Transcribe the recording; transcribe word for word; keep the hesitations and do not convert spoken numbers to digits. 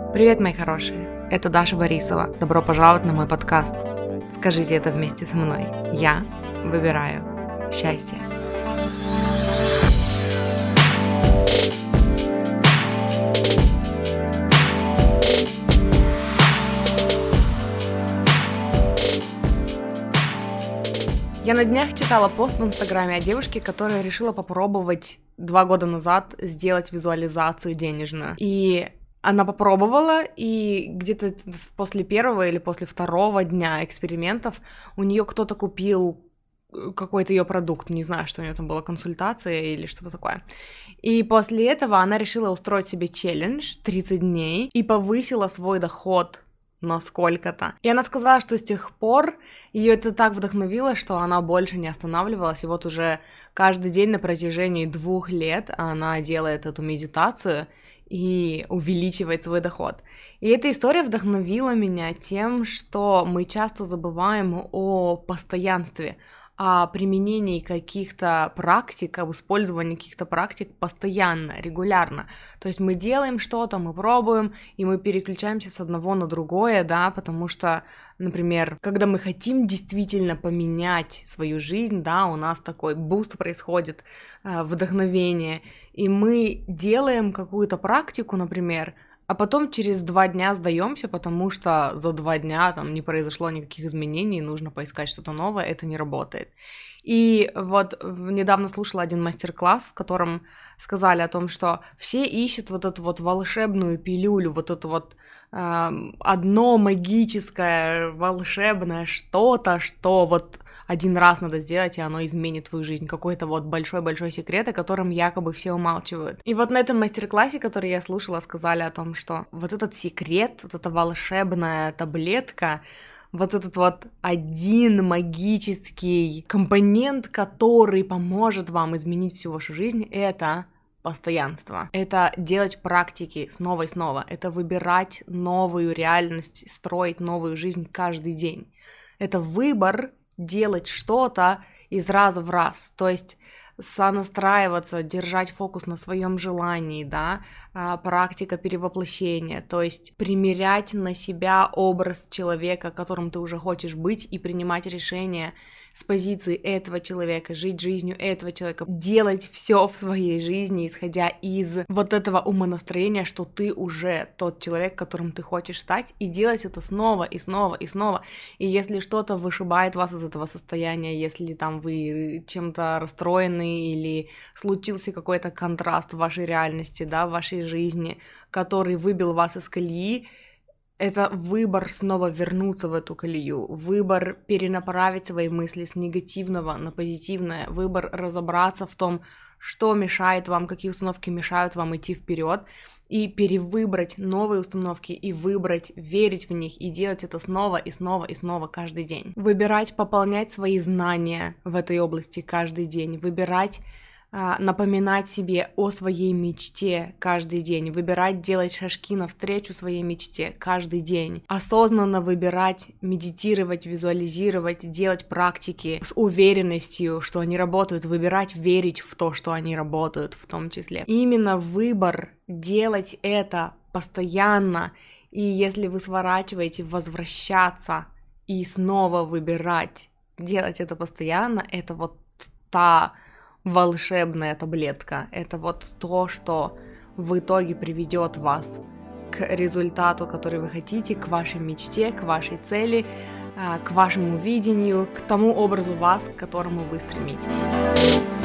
Привет, мои хорошие! Это Даша Борисова. Добро пожаловать на мой подкаст. Скажите это вместе со мной. Я выбираю счастье. Я на днях читала пост в Инстаграме о девушке, которая решила попробовать два года назад сделать визуализацию денежную. И она попробовала, и где-то после первого или после второго дня экспериментов у нее кто-то купил какой-то ее продукт, не знаю, что у нее там была, консультация или что-то такое. И после этого она решила устроить себе челлендж тридцать дней и повысила свой доход на сколько-то. И она сказала, что с тех пор ее это так вдохновило, что она больше не останавливалась, и вот уже каждый день на протяжении двух лет она делает эту медитацию и увеличивает свой доход. И эта история вдохновила меня тем, что мы часто забываем о постоянстве, о применении каких-то практик, об использовании каких-то практик постоянно, регулярно. То есть мы делаем что-то, мы пробуем, и мы переключаемся с одного на другое, да, потому что, например, когда мы хотим действительно поменять свою жизнь, да, у нас такой буст происходит, вдохновение, и мы делаем какую-то практику, например, а потом через два дня сдаемся, потому что за два дня там не произошло никаких изменений, нужно поискать что-то новое, это не работает. И вот недавно слушала один мастер-класс, в котором сказали о том, что все ищут вот эту вот волшебную пилюлю, вот это вот э, одно магическое, волшебное что-то, что вот один раз надо сделать, и оно изменит твою жизнь. Какой-то вот большой-большой секрет, о котором якобы все умалчивают. И вот на этом мастер-классе, который я слушала, сказали о том, что вот этот секрет, вот эта волшебная таблетка, вот этот вот один магический компонент, который поможет вам изменить всю вашу жизнь, это постоянство. Это делать практики снова и снова. Это выбирать новую реальность, строить новую жизнь каждый день. Это выбор делать что-то из раза в раз, то есть сонастраиваться, держать фокус на своем желании, да, практика перевоплощения, то есть примерять на себя образ человека, которым ты уже хочешь быть, и принимать решения с позиции этого человека, жить жизнью этого человека, делать все в своей жизни, исходя из вот этого умонастроения, что ты уже тот человек, которым ты хочешь стать, и делать это снова и снова и снова. И если что-то вышибает вас из этого состояния, если там вы чем-то расстроены или случился какой-то контраст в вашей реальности, да, в вашей жизни, который выбил вас из колеи, это выбор снова вернуться в эту колею, выбор перенаправить свои мысли с негативного на позитивное, выбор разобраться в том, что мешает вам, какие установки мешают вам идти вперед, и перевыбрать новые установки, и выбрать, верить в них, и делать это снова и снова и снова каждый день. Выбирать пополнять свои знания в этой области каждый день, выбирать напоминать себе о своей мечте каждый день, выбирать делать шажки навстречу своей мечте каждый день, осознанно выбирать, медитировать, визуализировать, делать практики с уверенностью, что они работают, выбирать верить в то, что они работают в том числе. И именно выбор делать это постоянно, и если вы сворачиваете, возвращаться и снова выбирать делать это постоянно, это вот та волшебная таблетка. Это вот то, что в итоге приведет вас к результату, который вы хотите, к вашей мечте, к вашей цели, к вашему видению, к тому образу вас, к которому вы стремитесь.